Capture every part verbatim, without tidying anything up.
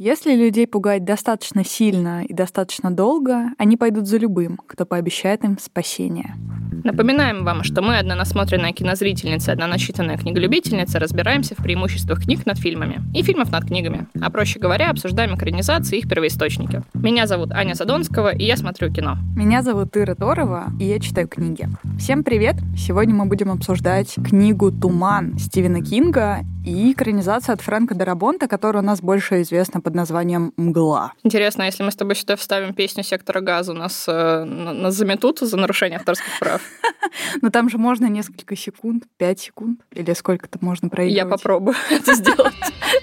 Если людей пугать достаточно сильно и достаточно долго, они пойдут за любым, кто пообещает им спасение. Напоминаем вам, что мы, одна насмотренная кинозрительница, одна начитанная книголюбительница, разбираемся в преимуществах книг над фильмами и фильмов над книгами. А проще говоря, обсуждаем экранизации и их первоисточники. Меня зовут Аня Задонского, и я смотрю кино. Меня зовут Ира Торова, и я читаю книги. Всем привет! Сегодня мы будем обсуждать книгу «Туман» Стивена Кинга и экранизацию от Фрэнка Дарабонта, которая у нас больше известна под названием «Мгла». Интересно, если мы с тобой сюда вставим песню «Сектора газа», нас, э, нас заметут за нарушение авторских прав? Но там же можно несколько секунд, пять секунд, или сколько-то можно проигрывать. Я попробую это сделать.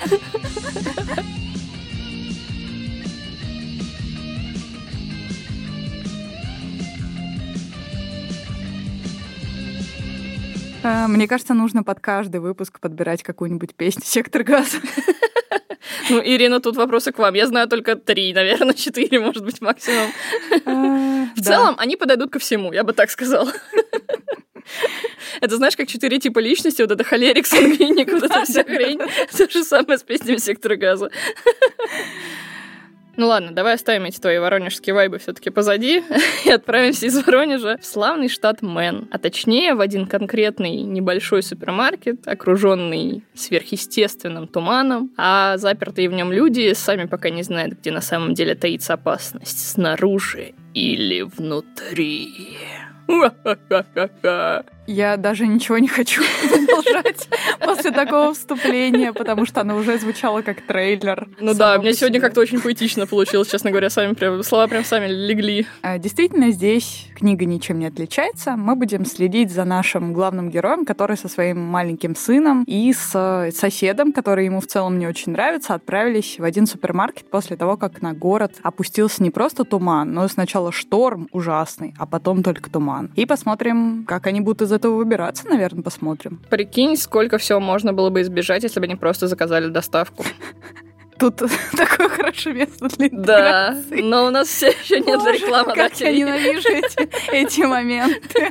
Мне кажется, нужно под каждый выпуск подбирать какую-нибудь песню «Сектор газа». Ну, Ирина, тут вопросы к вам. Я знаю только три, наверное, четыре, может быть, максимум. В целом, они подойдут ко всему, я бы так сказала. Это знаешь, как четыре типа личности, вот это холерик, сангвиник, вот эта вся хрень. То же самое с песнями «Сектора газа». Ну ладно, давай оставим эти твои воронежские вайбы все-таки позади и отправимся из Воронежа в славный штат Мэн, а точнее в один конкретный небольшой супермаркет, окруженный сверхъестественным туманом, а запертые в нем люди сами пока не знают, где на самом деле таится опасность, снаружи или внутри. Я даже ничего не хочу продолжать после такого вступления, потому что оно уже звучало как трейлер. Ну да, мне сегодня как-то очень поэтично получилось, честно говоря, сами прям, слова прям сами легли. Действительно, здесь книга ничем не отличается. Мы будем следить за нашим главным героем, который со своим маленьким сыном и с соседом, который ему в целом не очень нравится, отправились в один супермаркет после того, как на город опустился не просто туман, но сначала шторм ужасный, а потом только туман. И посмотрим, как они будут из этого выбираться, наверное, посмотрим. Прикинь, сколько всего можно было бы избежать, если бы они просто заказали доставку. Тут такое хорошее место для интеграции. Да, но у нас все еще нет рекламы. Как я ненавижу эти, эти моменты.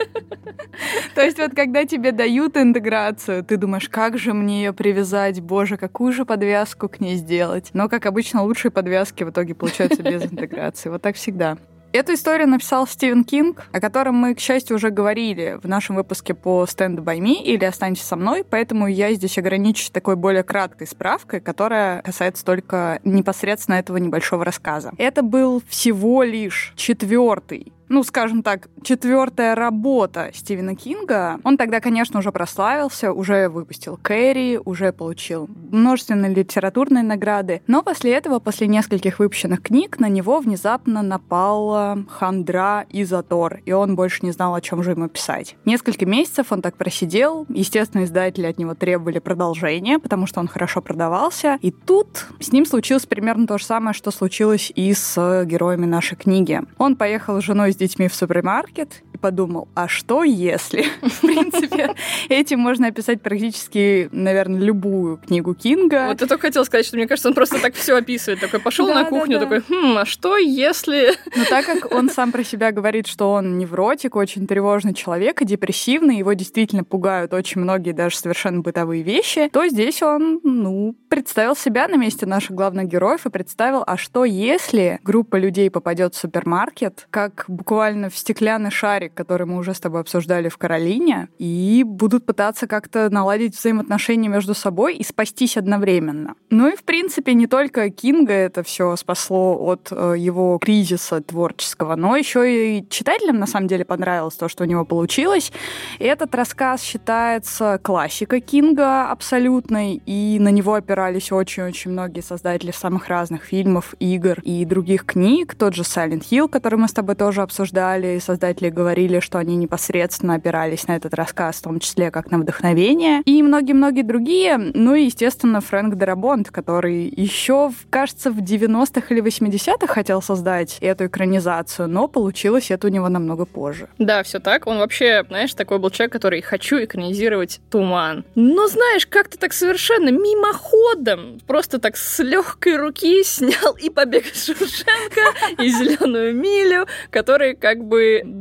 То есть вот когда тебе дают интеграцию, ты думаешь, как же мне ее привязать, боже, какую же подвязку к ней сделать. Но, как обычно, лучшие подвязки в итоге получаются без интеграции. Вот так всегда. Эту историю написал Стивен Кинг, о котором мы, к счастью, уже говорили в нашем выпуске по Stand By Me или «Останься со мной», поэтому я здесь ограничусь такой более краткой справкой, которая касается только непосредственно этого небольшого рассказа. Это был всего лишь четвертый, ну, скажем так, четвертая работа Стивена Кинга. Он тогда, конечно, уже прославился, уже выпустил «Кэрри», уже получил множественные литературные награды. Но после этого, после нескольких выпущенных книг, на него внезапно напала хандра и затор, и он больше не знал, о чем же ему писать. Несколько месяцев он так просидел. Естественно, издатели от него требовали продолжения, потому что он хорошо продавался. И тут с ним случилось примерно то же самое, что случилось и с героями нашей книги. Он поехал с женой с детьми в супермаркет и подумал, а что если? В принципе, этим можно описать практически, наверное, любую книгу Кинга. Вот я только хотела сказать, что мне кажется, он просто так все описывает. Такой пошел на кухню, такой, хм, а что если... Но так как он сам про себя говорит, что он невротик, очень тревожный человек и депрессивный, его действительно пугают очень многие даже совершенно бытовые вещи, то здесь он, ну, представил себя на месте наших главных героев и представил, а что если группа людей попадет в супермаркет, как буквально в стеклянный шарик, который мы уже с тобой обсуждали в «Каролине», и будут пытаться как-то наладить взаимоотношения между собой и спастись одновременно. Ну и, в принципе, не только Кинга это все спасло от э, его кризиса творческого, но еще и читателям, на самом деле, понравилось то, что у него получилось. Этот рассказ считается классикой Кинга абсолютной, и на него опирались очень-очень многие создатели самых разных фильмов, игр и других книг. Тот же Silent Hill, который мы с тобой тоже обсуждали, и создатели говорили, что они непосредственно опирались на этот рассказ, в том числе как на вдохновение, и многие-многие другие. Ну и, естественно, Фрэнк Дарабонт, который еще, кажется, в девяностых или восьмидесятых хотел создать эту экранизацию, но получилось это у него намного позже. Да, все так. Он вообще, знаешь, такой был человек, который «хочу экранизировать «Туман». Но, знаешь, как-то так совершенно мимоходом, просто так с легкой руки снял и «Побег из Шоушенка», и «Зеленую милю», которые как бы до сих пор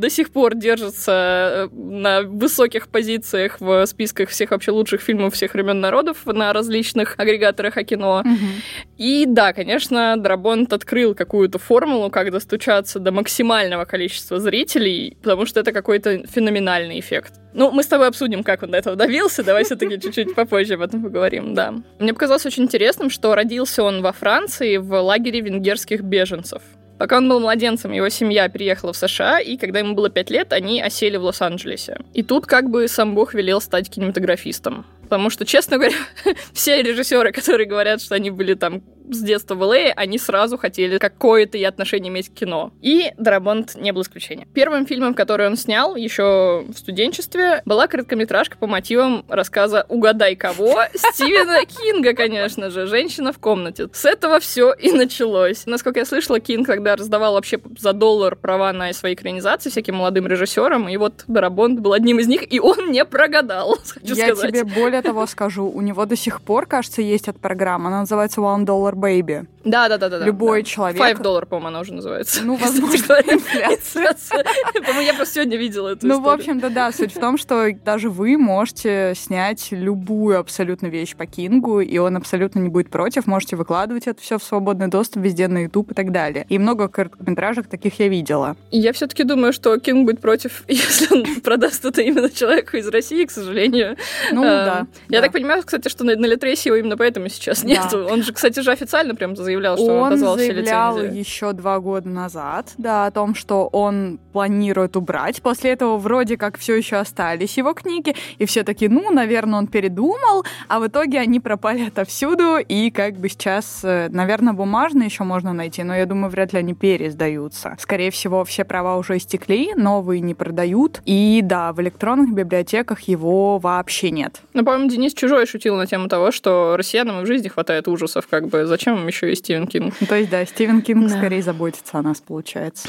пор держится на высоких позициях в списках всех вообще лучших фильмов всех времен народов на различных агрегаторах о кино. Угу. И да, конечно, Дарабонт открыл какую-то формулу, как достучаться до максимального количества зрителей, потому что это какой-то феноменальный эффект. Ну, мы с тобой обсудим, как он до этого добился, давай все-таки чуть-чуть попозже об этом поговорим, да. Мне показалось очень интересным, что родился он во Франции в лагере венгерских беженцев. Пока он был младенцем, его семья переехала в США, и когда ему было пять лет, они осели в Лос-Анджелесе. И тут как бы сам Бог велел стать кинематографистом. Потому что, честно говоря, все режиссеры, которые говорят, что они были там с детства в Эл Эй, они сразу хотели какое-то и отношение иметь к кино. И Дарабонт не был исключением. Первым фильмом, который он снял еще в студенчестве, была короткометражка по мотивам рассказа «Угадай кого» Стивена Кинга, конечно же, «Женщина в комнате». С этого все и началось. Насколько я слышала, Кинг тогда раздавал вообще за доллар права на свои экранизации всяким молодым режиссерам, и вот Дарабонт был одним из них, и он не прогадал, хочу я сказать. Я тебе более того скажу, у него до сих пор, кажется, есть эта программа, она называется One Dollar Baby. Да-да-да. Любой да. человек... Five долларов, по-моему, она уже называется. Ну, возможно, инфляция. По-моему, я просто сегодня видела эту историю. Ну, в общем-то, да, суть в том, что даже вы можете снять любую абсолютно вещь по Кингу, и он абсолютно не будет против, можете выкладывать это все в свободный доступ везде на YouTube и так далее. И много короткометражек таких я видела. Я все-таки думаю, что Кинг будет против, если он продаст это именно человеку из России, к сожалению. Ну, да. Я так понимаю, кстати, что на Литресе его именно поэтому сейчас нету. Он же, кстати, же официально прям заявлял, что он отозвал все лицензии. Он заявлял еще два года назад, да, о том, что он планирует убрать. После этого вроде как все еще остались его книги, и все таки, ну, наверное, он передумал, а в итоге они пропали отовсюду, и как бы сейчас, наверное, бумажные еще можно найти, но я думаю, вряд ли они переиздаются. Скорее всего, все права уже истекли, новые не продают, и да, в электронных библиотеках его вообще нет. Ну, по-моему, Денис Чужой шутил на тему того, что россиянам и в жизни хватает ужасов, как бы, зачем им еще и Стивен Кинг? То есть, да, Стивен Кинг да. скорее заботится о нас, получается.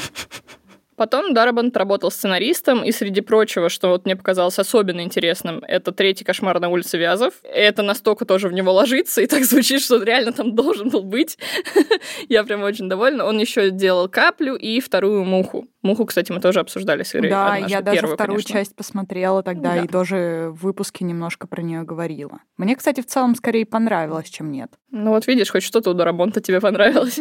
Потом Дарабонт работал сценаристом, и среди прочего, что вот мне показалось особенно интересным, это «Третий кошмар на улице Вязов». Это настолько тоже в него ложится, и так звучит, что он реально там должен был быть. Я прям очень довольна. Он еще делал «Каплю» и «Вторую муху». «Муху», кстати, мы тоже обсуждали с Ирой. Да, я даже первую, вторую конечно. часть посмотрела тогда, да. И тоже в выпуске немножко про нее говорила. Мне, кстати, в целом скорее понравилось, чем нет. Ну вот видишь, хоть что-то у Дарабонта тебе понравилось.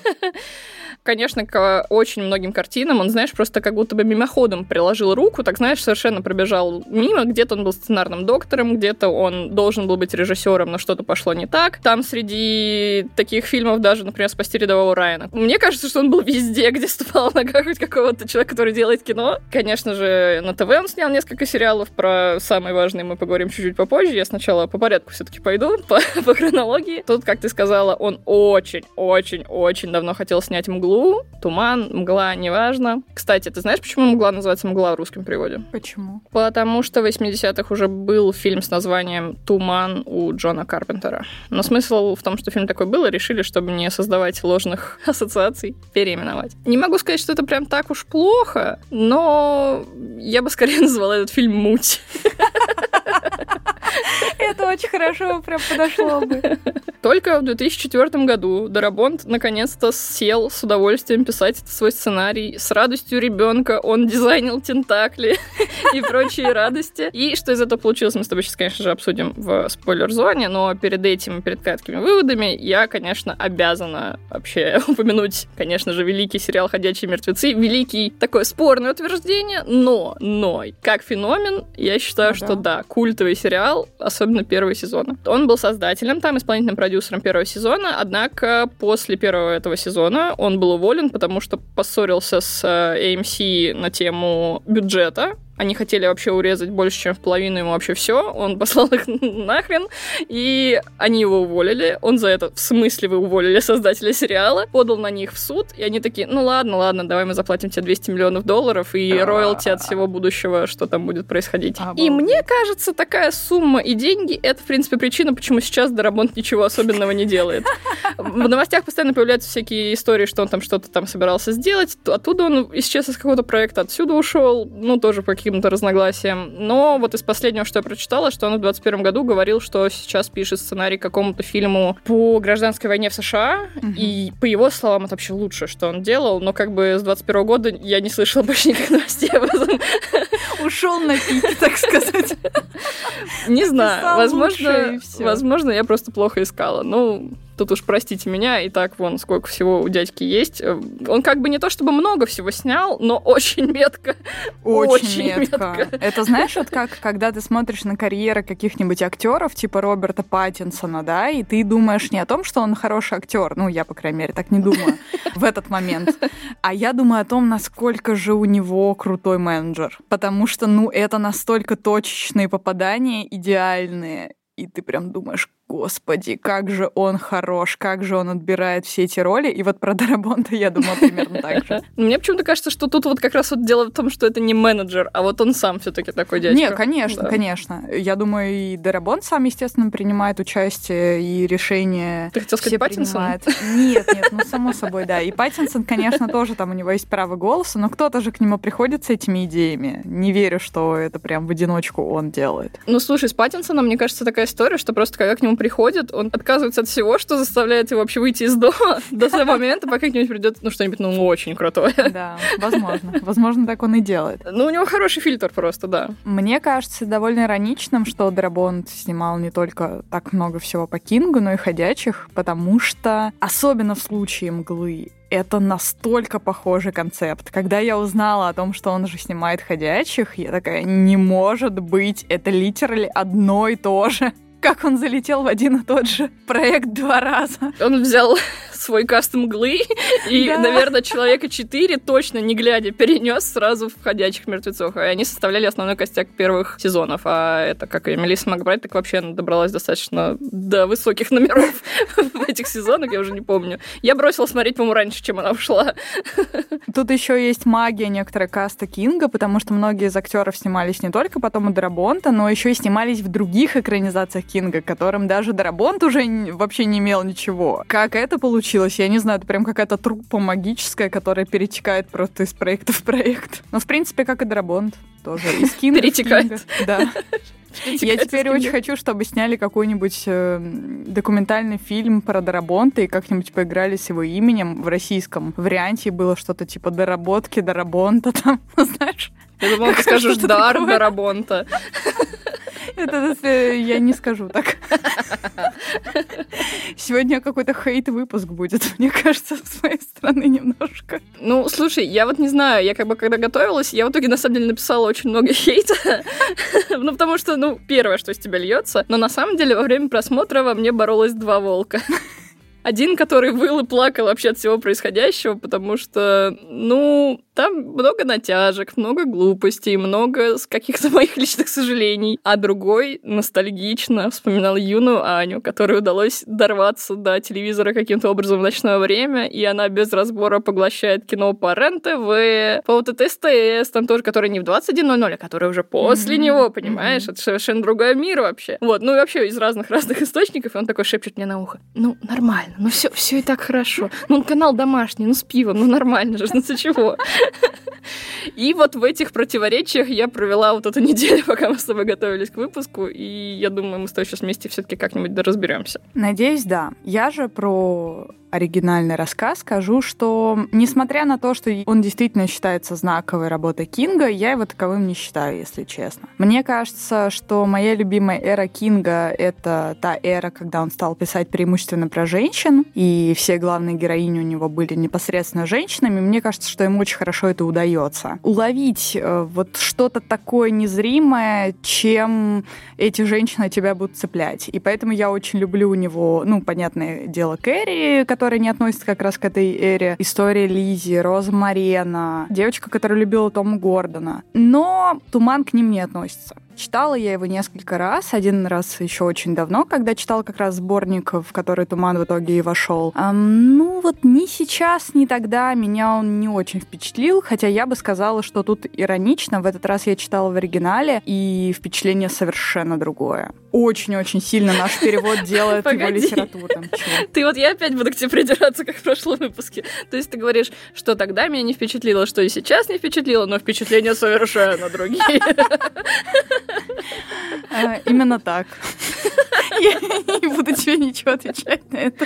Конечно, к очень многим картинам он, знаешь, просто как будто бы мимоходом приложил руку, так, знаешь, совершенно пробежал мимо. Где-то он был сценарным доктором, где-то он должен был быть режиссером, но что-то пошло не так. Там среди таких фильмов даже, например, «Спасти рядового Райана». Мне кажется, что он был везде, где ступала нога хоть какого-то человека, который делает кино. Конечно же, на ТВ он снял несколько сериалов, про самые важные мы поговорим чуть-чуть попозже. Я сначала по порядку все-таки пойду, по, по хронологии. Тут, как ты сказала, он очень-очень-очень давно хотел снять «Мглу». «Туман», «Мгла», неважно. Кстати, ты знаешь, почему «Мгла» называется «Мгла» в русском переводе? Почему? Потому что в восьмидесятых уже был фильм с названием «Туман» у Джона Карпентера. Но смысл в том, что фильм такой был, и решили, чтобы не создавать ложных ассоциаций, переименовать. Не могу сказать, что это прям так уж плохо, но я бы скорее назвала этот фильм «Муть». Это очень хорошо прям подошло бы. Только в две тысячи четвёртом году Дарабонт наконец-то сел с удовольствием писать свой сценарий. С радостью ребенка он дизайнил тентакли и прочие радости. И что из этого получилось, мы с тобой сейчас, конечно же, обсудим в спойлер-зоне, но перед этим и перед краткими выводами я, конечно, обязана вообще упомянуть, конечно же, великий сериал «Ходячие мертвецы». Великий, такое спорное утверждение, но, но, как феномен, я считаю, ну, что да. да, культовый сериал, особенно первые сезоны. Он был создателем, там, исполнительным продюсером первого сезона, однако после первого этого сезона он был уволен, потому что поссорился с эй эм си на тему бюджета. Они хотели вообще урезать больше, чем в половину, ему вообще все. Он послал их нахрен, и они его уволили. Он за это, в смысле вы уволили создателя сериала, подал на них в суд, и они такие, ну ладно, ладно, давай мы заплатим тебе двести миллионов долларов и роялти от всего будущего, что там будет происходить. И мне кажется, такая сумма и деньги — это, в принципе, причина, почему сейчас Дарабонт ничего особенного не делает. В новостях постоянно появляются всякие истории, что он там что-то там собирался сделать, оттуда он исчез из какого-то проекта, отсюда ушел, ну, тоже по каким-то разногласиям. Но вот из последнего, что я прочитала, что он в двадцать первом году говорил, что сейчас пишет сценарий к какому-то фильму по гражданской войне в США, угу. и по его словам, это вообще лучшее, что он делал, но как бы с двадцать первого года я не слышала больше никаких новостей об этом. Ушел на пике, так сказать. Не знаю, возможно, возможно, я просто плохо искала. Ну, тут уж простите меня, и так вон сколько всего у дядьки есть. Он как бы не то чтобы много всего снял, но очень метко. Очень, очень метко. метко. Это знаешь, вот как, когда ты смотришь на карьеры каких-нибудь актеров, типа Роберта Паттинсона, да, и ты думаешь не о том, что он хороший актер, ну, я, по крайней мере, так не думаю в этот момент, а я думаю о том, насколько же у него крутой менеджер. Потому что, ну, это настолько точечные попадания, идеальные, и ты прям думаешь, господи, как же он хорош, как же он отбирает все эти роли. И вот про Дарабонта я думала примерно так же. Мне почему-то кажется, что тут вот как раз вот дело в том, что это не менеджер, а вот он сам все-таки такой дядька. Не, конечно, да. конечно. Я думаю, и Дарабонт сам, естественно, принимает участие, и решения Ты хотел сказать Паттинсон? Нет, нет, ну, само собой, да. И Паттинсон, конечно, тоже там у него есть право голоса, но кто-то же к нему приходит с этими идеями. Не верю, что это прям в одиночку он делает. Ну, слушай, с Паттинсоном, мне кажется, такая история, что просто когда к нему приходит, он отказывается от всего, что заставляет его вообще выйти из дома до того момента, пока к нему придет, ну, что-нибудь, ну, очень крутое. Да, возможно. Возможно, так он и делает. Ну, у него хороший фильтр просто, да. Мне кажется довольно ироничным, что Дарабонт снимал не только так много всего по Кингу, но и «Ходячих», потому что, особенно в случае «Мглы», это настолько похожий концепт. Когда я узнала о том, что он же снимает «Ходячих», я такая, не может быть, это литерально одно и то же. Как он залетел в один и тот же проект два раза. Он взял свой каст «Мглы» и, да. наверное, «Человека четыре» точно, не глядя, перенес сразу в «Ходячих мертвецов». И они составляли основной костяк первых сезонов. А это, как и Мелисса Макбрайт, так вообще она добралась достаточно до высоких номеров в этих сезонах, я уже не помню. Я бросила смотреть, по-моему, раньше, чем она ушла. Тут еще есть магия некоторая каста Кинга, потому что многие из актеров снимались не только потом у Дарабонта, но еще и снимались в других экранизациях Кинга, которым даже Дарабонт уже вообще не имел ничего. Как это получилось? Я не знаю, это прям какая-то труппа магическая, которая перетекает просто из проекта в проект. Но, в принципе, как и Дарабонт, тоже из Кинга. Перетекает. Да. Я теперь очень хочу, чтобы сняли какой-нибудь э, документальный фильм про Дарабонта и как-нибудь поиграли с его именем в российском варианте. Было что-то типа доработки Дарабонта там, знаешь? Я думала, ты скажешь «Дар Дарабонта». Это, это я не скажу так. Сегодня какой-то хейт-выпуск будет, мне кажется, с моей стороны немножко. Ну, слушай, я вот не знаю, я как бы когда готовилась, я в итоге на самом деле написала очень много хейта. Ну, потому что, ну, первое, что из тебя льется. Но на самом деле во время просмотра во мне боролось два волка. Один, который выл и плакал вообще от всего происходящего, потому что, ну, там много натяжек, много глупостей, много каких-то моих личных сожалений. А другой ностальгично вспоминал юную Аню, которой удалось дорваться до телевизора каким-то образом в ночное время, и она без разбора поглощает кино по РЕН-ТВ, по вот это СТС, там тоже, который не в двадцать один ноль ноль, а который уже после mm-hmm. него, понимаешь? Mm-hmm. Это совершенно другой мир вообще. Вот, ну и вообще из разных-разных источников, и он такой шепчет мне на ухо: ну, нормально. Ну, все, все и так хорошо. Ну, канал домашний, ну, с пивом, ну, нормально же, ну, ты чего? И вот в этих противоречиях я провела вот эту неделю, пока мы с тобой готовились к выпуску, и я думаю, мы с тобой сейчас вместе все-таки как-нибудь доразберемся. Надеюсь, да. Я же про оригинальный рассказ скажу, что, несмотря на то, что он действительно считается знаковой работой Кинга, я его таковым не считаю, если честно. Мне кажется, что моя любимая эра Кинга — это та эра, когда он стал писать преимущественно про женщин, и все главные героини у него были непосредственно женщинами. Мне кажется, что ему очень хорошо это удается. Уловить э, вот что-то такое незримое, чем эти женщины тебя будут цеплять. И поэтому я очень люблю у него, ну, понятное дело, Кэрри, которая не относится как раз к этой эре. История Лизи, Роза Марена, девочка, которая любила Тома Гордона. Но «Туман» к ним не относится. Читала я его несколько раз. Один раз еще очень давно, когда читала как раз сборник, в который «Туман» в итоге и вошел. Эм, ну вот ни сейчас, ни тогда меня он не очень впечатлил, хотя я бы сказала, что тут иронично. В этот раз я читала в оригинале, и впечатление совершенно другое. Очень-очень сильно наш перевод делает его литературным. Ты вот я опять буду к тебе придираться, как в прошлом выпуске. То есть ты говоришь, что тогда меня не впечатлило, что и сейчас не впечатлило, но впечатления совершенно другие. Именно так. Я не буду тебе ничего отвечать на это.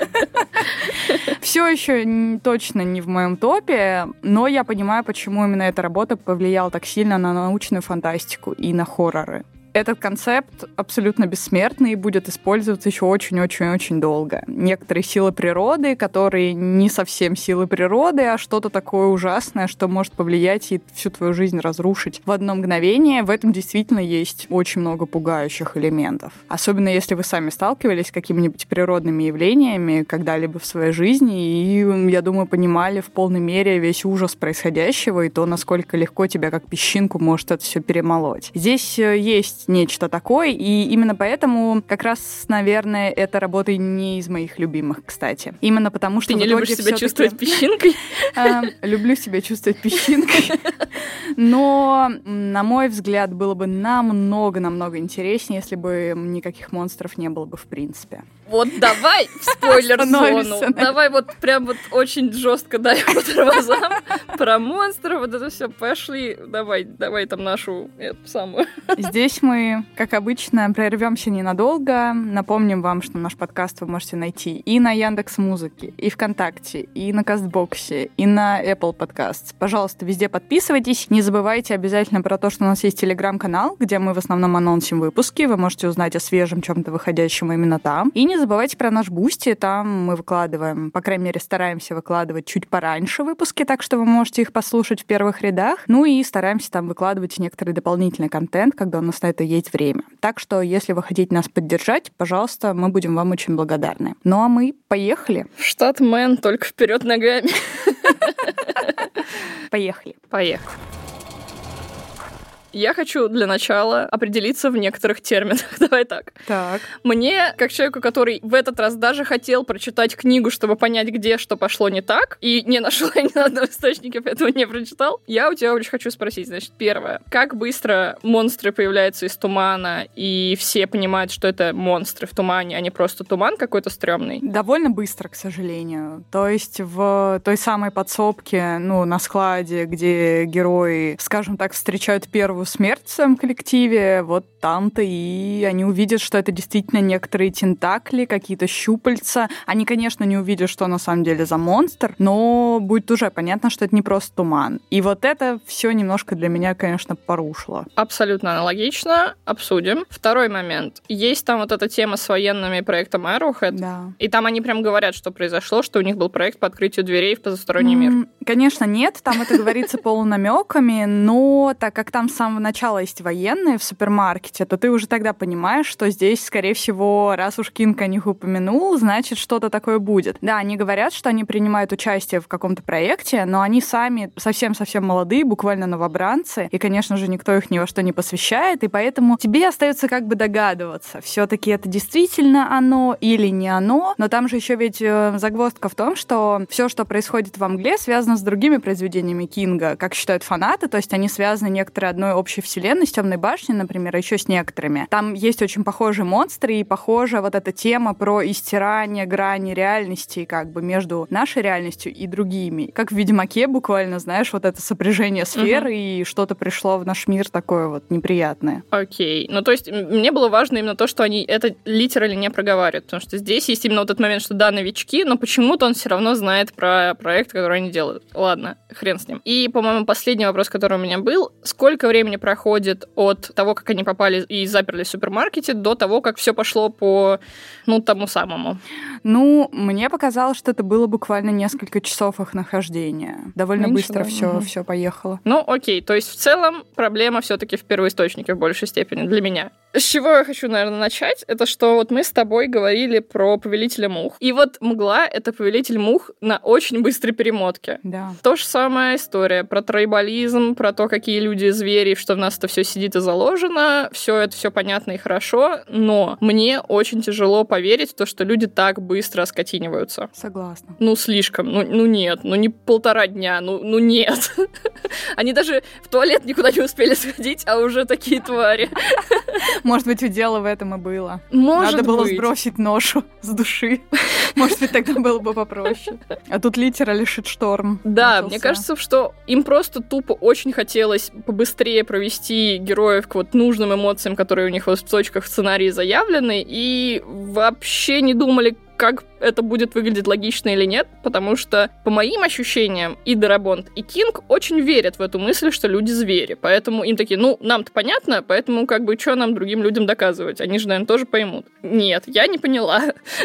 Все еще точно не в моем топе, но я понимаю, почему именно эта работа повлияла так сильно на научную фантастику и на хорроры. Этот концепт абсолютно бессмертный и будет использоваться еще очень-очень-очень долго. Некоторые силы природы, которые не совсем силы природы, а что-то такое ужасное, что может повлиять и всю твою жизнь разрушить в одно мгновение, в этом действительно есть очень много пугающих элементов. Особенно если вы сами сталкивались с какими-нибудь природными явлениями когда-либо в своей жизни и, я думаю, понимали в полной мере весь ужас происходящего и то, насколько легко тебя как песчинку может это все перемолоть. Здесь есть нечто такое, и именно поэтому как раз, наверное, эта работа не из моих любимых, кстати. Именно потому, что ты не любишь себя чувствовать песчинкой? Люблю себя чувствовать песчинкой, но, на мой взгляд, было бы намного-намного интереснее, если бы никаких монстров не было бы в принципе. Вот давай в спойлер-зону. Давай вот прям вот очень жестко дай по тормозам про монстров, вот это все пошли. Давай, давай там нашу эту самую. Здесь мы, как обычно, прервемся ненадолго. Напомним вам, что наш подкаст вы можете найти и на Яндекс.Музыке, и ВКонтакте, и на Кастбоксе, и на Apple Podcasts. Пожалуйста, везде подписывайтесь. Не забывайте обязательно про то, что у нас есть Телеграм-канал, где мы в основном анонсим выпуски. Вы можете узнать о свежем чем-то выходящем именно там. И не забывайте про наш Бусти. Там мы выкладываем, по крайней мере, стараемся выкладывать чуть пораньше выпуски, так что вы можете их послушать в первых рядах. Ну и стараемся там выкладывать некоторый дополнительный контент, когда у нас на это есть время. Так что, если вы хотите нас поддержать, пожалуйста, мы будем вам очень благодарны. Ну а мы поехали. Штат Мэн, только вперед ногами. Поехали. Поехали. Я хочу для начала определиться в некоторых терминах. Давай так. Так. Мне, как человеку, который в этот раз даже хотел прочитать книгу, чтобы понять, где что пошло не так, и не нашел ни на одном источнике, поэтому не прочитал, я у тебя очень хочу спросить. Значит, первое. Как быстро монстры появляются из тумана, и все понимают, что это монстры в тумане, а не просто туман какой-то стрёмный? Довольно быстро, к сожалению. То есть в той самой подсобке, ну, на складе, где герои, скажем так, встречают первую смерть в своем коллективе, вот там-то и они увидят, что это действительно некоторые тентакли, какие-то щупальца. Они, конечно, не увидят, что на самом деле за монстр, но будет уже понятно, что это не просто туман. И вот это все немножко для меня, конечно, порушило. Абсолютно аналогично. Обсудим. Второй момент. Есть там вот эта тема с военными проектом Arrowhead. Да. И там они прям говорят, что произошло, что у них был проект по открытию дверей в потусторонний мир. Конечно, нет. Там это говорится полунамеками, но так как там с самого начала есть военные в супермаркете, то ты уже тогда понимаешь, что здесь, скорее всего, раз уж Кинг о них упомянул, значит, что-то такое будет. Да, они говорят, что они принимают участие в каком-то проекте, но они сами совсем-совсем молодые, буквально новобранцы, и, конечно же, никто их ни во что не посвящает, и поэтому тебе остается как бы догадываться, все-таки это действительно оно или не оно, но там же еще ведь загвоздка в том, что все, что происходит во мгле, связано с другими произведениями Кинга, как считают фанаты, то есть они связаны некоторой одной общей вселенной, с «Темной башней», например, еще с некоторыми. Там есть очень похожие монстры, и похожа вот эта тема про истирание грани реальности как бы между нашей реальностью и другими. Как в «Ведьмаке» буквально, знаешь, вот это сопряжение сфер, угу. и что-то пришло в наш мир такое вот неприятное. Окей. Ну, то есть мне было важно именно то, что они это литерально не проговаривают, потому что здесь есть именно вот этот момент, что да, новички, но почему-то он все равно знает про проект, который они делают. Ладно, хрен с ним. И, по-моему, последний вопрос, который у меня был, сколько времени проходит от того, как они попали и заперлись в супермаркете, до того, как все пошло по, ну, тому самому? Ну, мне показалось, что это было буквально несколько часов их нахождения. Довольно Меньше, быстро да? все, угу. все поехало. Ну, окей. То есть, в целом, проблема все-таки в первоисточнике в большей степени для меня. С чего я хочу, наверное, начать, это что вот мы с тобой говорили про Повелителя мух. И вот «Мгла» — это Повелитель мух на очень быстрой перемотке. Да. То же самая история про тройболизм, про то, какие люди звери что в нас это все сидит и заложено, все это все понятно и хорошо, но мне очень тяжело поверить в то, что люди так быстро оскотиниваются. Согласна. Ну, слишком. Ну, ну нет, ну не полтора дня, ну, ну нет. Они даже в туалет никуда не успели сходить, а уже такие твари. Может быть, дело в этом и было. Может Надо было быть. сбросить ношу с души. Может быть, тогда было бы попроще. А тут литерали шитшторм. Да, начался. мне кажется, что им просто тупо очень хотелось побыстрее провести героев к вот нужным эмоциям, которые у них вот в точках в сценарии заявлены, и вообще не думали, как это будет выглядеть логично или нет, потому что, по моим ощущениям, и Дарабонт, и Кинг очень верят в эту мысль, что люди звери. Поэтому им такие, ну, нам-то понятно, поэтому как бы что нам другим людям доказывать? Они же, наверное, тоже поймут. Нет, я не поняла.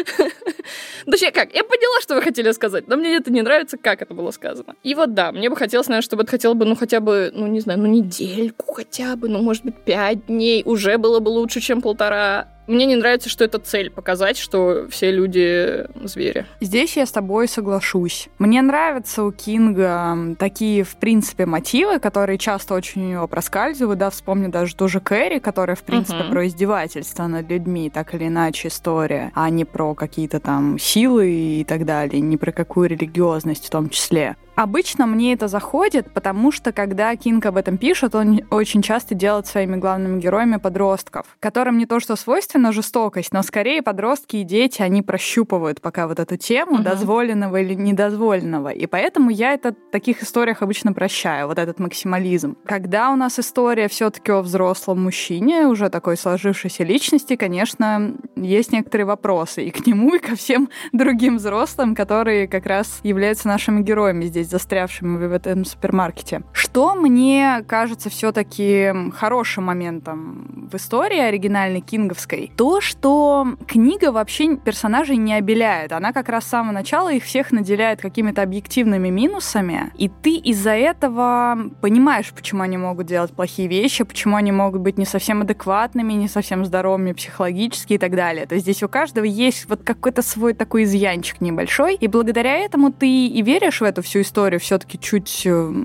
Точнее, как? Я поняла, что вы хотели сказать, но мне это не нравится, как это было сказано. И вот да, мне бы хотелось, наверное, чтобы это хотело бы, ну, хотя бы, ну, не знаю, ну, недельку хотя бы, ну, может быть, пять дней. Уже было бы лучше, чем полтора. Мне не нравится, что это цель — показать, что все люди звери. Здесь я с тобой соглашусь. Мне нравятся у Кинга такие, в принципе, мотивы, которые часто очень у него проскальзывают. Да, вспомню даже ту же Кэрри, которая, в принципе, uh-huh. про издевательство над людьми, так или иначе история, а не про какие-то там силы и так далее, не про какую религиозность в том числе. Обычно мне это заходит, потому что, когда Кинг об этом пишет, он очень часто делает своими главными героями подростков, которым не то что свойственна жестокость, но скорее подростки и дети, они прощупывают пока вот эту тему uh-huh. дозволенного или недозволенного. И поэтому я это в таких историях обычно прощаю, вот этот максимализм. Когда у нас история все-таки о взрослом мужчине, уже такой сложившейся личности, конечно, есть некоторые вопросы и к нему, и ко всем другим взрослым, которые как раз являются нашими героями здесь, застрявшими в этом супермаркете. Что мне кажется все-таки хорошим моментом в истории оригинальной кинговской, то, что книга вообще персонажей не обеляет. Она как раз с самого начала их всех наделяет какими-то объективными минусами, и ты из-за этого понимаешь, почему они могут делать плохие вещи, почему они могут быть не совсем адекватными, не совсем здоровыми психологически и так далее. То есть здесь у каждого есть вот какой-то свой такой изъянчик небольшой, и благодаря этому ты и веришь в эту всю историю, историю все-таки чуть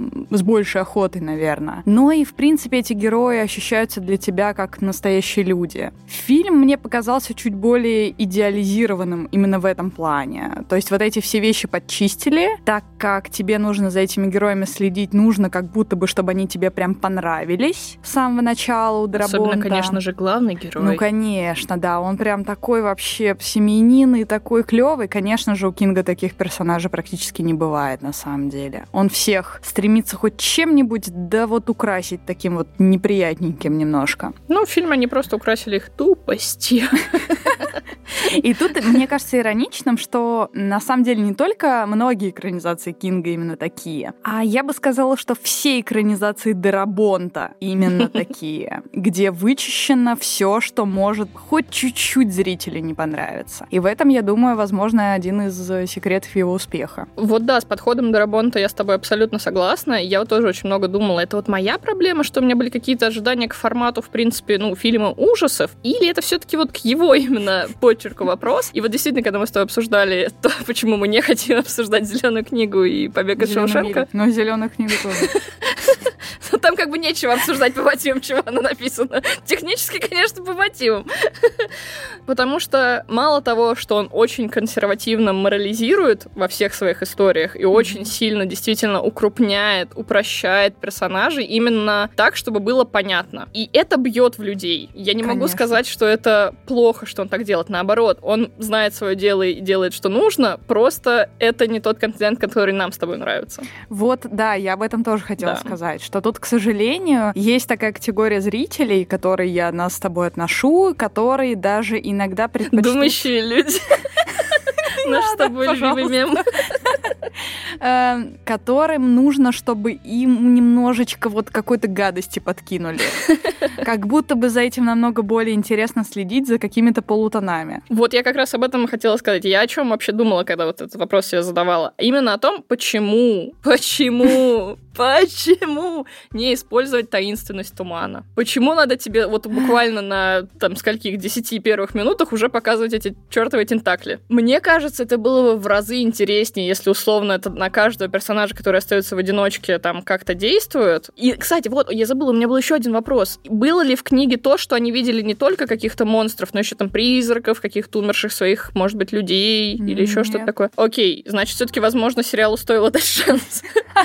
с большей охотой, наверное. Но и, в принципе, эти герои ощущаются для тебя как настоящие люди. Фильм мне показался чуть более идеализированным именно в этом плане. То есть вот эти все вещи подчистили, так как тебе нужно за этими героями следить, нужно как будто бы, чтобы они тебе прям понравились с самого начала у Дарабонта. Особенно, конечно же, главный герой. Ну, конечно, да. Он прям такой вообще семьянин и такой клевый. Конечно же, у Кинга таких персонажей практически не бывает, на самом деле. Он всех стремится хоть чем-нибудь, да вот украсить таким вот неприятненьким немножко. Ну, в фильме они просто украсили их тупостью. И тут, мне кажется, ироничным, что на самом деле не только многие экранизации Кинга именно такие, а я бы сказала, что все экранизации Дарабонта именно такие, где вычищено все, что может хоть чуть-чуть зрителю не понравиться. И в этом, я думаю, возможно, один из секретов его успеха. Вот да, с подходом Дарабонта я с тобой абсолютно согласна. Я вот тоже очень много думала, это вот моя проблема, что у меня были какие-то ожидания к формату, в принципе, ну, фильма ужасов, или это все-таки вот к его именно почерку вопрос. И вот действительно, когда мы с тобой обсуждали то, почему мы не хотим обсуждать «Зеленую книгу» и «Побег из Шоушенка». Но «Зеленую книгу» тоже. Там как бы нечего обсуждать по мотивам, чего она написана. Технически, конечно, по мотивам. Потому что мало того, что он очень консервативно морализирует во всех своих историях и очень сильно действительно укрупняет, упрощает персонажей именно так, чтобы было понятно. И это бьет в людей. Я не могу сказать, что это плохо, что он так делает. Наоборот, он знает свое дело и делает, что нужно, просто это не тот контент, который нам с тобой нравится. Вот, да, я об этом тоже хотела да. сказать, что тут, к сожалению, есть такая категория зрителей, к которой я нас с тобой отношу, которые даже иногда предпочтут... Думающие люди. Наш с тобой любимый мем. Которым нужно, чтобы им немножечко вот какой-то гадости подкинули. Как будто бы за этим намного более интересно следить за какими-то полутонами. Вот я как раз об этом и хотела сказать. Я о чем вообще думала, когда вот этот вопрос себе задавала? Именно о том, почему, почему Почему не использовать таинственность тумана? Почему надо тебе вот буквально на там скольких десяти первых минутах уже показывать эти чертовы тентакли? Мне кажется, это было бы в разы интереснее, если условно это на каждого персонажа, который остается в одиночке, там как-то действует. И, кстати, вот, я забыла, у меня был еще один вопрос. Было ли в книге то, что они видели не только каких-то монстров, но еще там призраков, каких-то умерших своих, может быть, людей mm-hmm. или еще что-то такое? Окей, значит, все-таки, возможно, сериалу стоило дать шанс.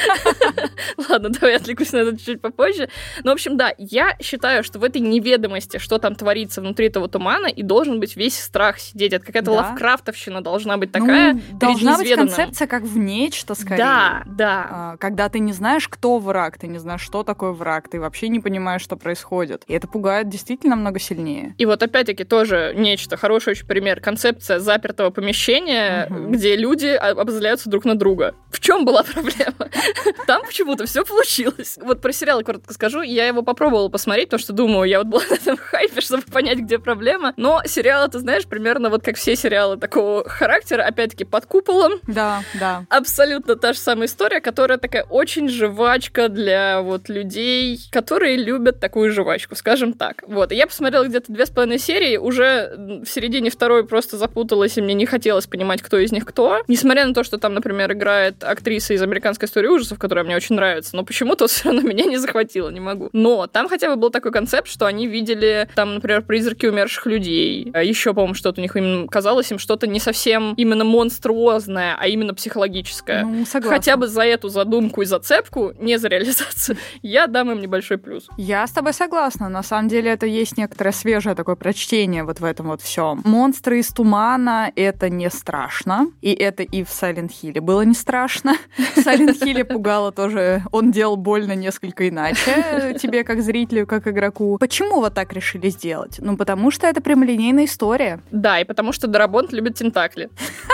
Ладно, давай я отвлекусь на это чуть попозже. Ну, в общем, да, я считаю, что в этой неведомости, что там творится внутри этого тумана, и должен быть весь страх сидеть. Это какая-то да. лавкрафтовщина должна быть такая. Ну, должна быть концепция как в нечто, скорее. Да, да. Когда ты не знаешь, кто враг, ты не знаешь, что такое враг, ты вообще не понимаешь, что происходит. И это пугает действительно много сильнее. И вот опять-таки тоже нечто, хороший очень пример. Концепция запертого помещения, угу. где люди обозляются друг на друга. В чем была проблема? Там почему-то все получилось. Вот про сериал коротко скажу. Я его попробовала посмотреть, потому что думаю, я вот была на этом хайпе, чтобы понять, где проблема. Но сериал, ты знаешь, примерно вот как все сериалы такого характера, опять-таки под куполом. Да, да. Абсолютно та же самая история, которая такая очень жвачка для вот людей, которые любят такую жвачку, скажем так. Вот. И я посмотрела где-то две с половиной серии, уже в середине второй просто запуталась, и мне не хотелось понимать, кто из них кто. Несмотря на то, что там, например, играет актриса из «Американской истории ужасов», которая мне очень нравится, но почему-то все равно меня не захватило, не могу. Но там хотя бы был такой концепт, что они видели там, например, призраки умерших людей. Еще, по-моему, что-то у них именно казалось им что-то не совсем именно монструозное, а именно психологическое. Ну, согласна. Хотя бы за эту задумку и зацепку, не за реализацию, я дам им небольшой плюс. Я с тобой согласна. На самом деле это есть некоторое свежее такое прочтение вот в этом вот всем. Монстры из тумана — это не страшно. И это и в Silent Hill было не страшно. В Silent Hill пугало тоже. Он делал больно несколько иначе тебе, как зрителю, как игроку. Почему вот так решили сделать? Ну, потому что это прямолинейная история. Да, и потому что Дарабонт любит тентакли.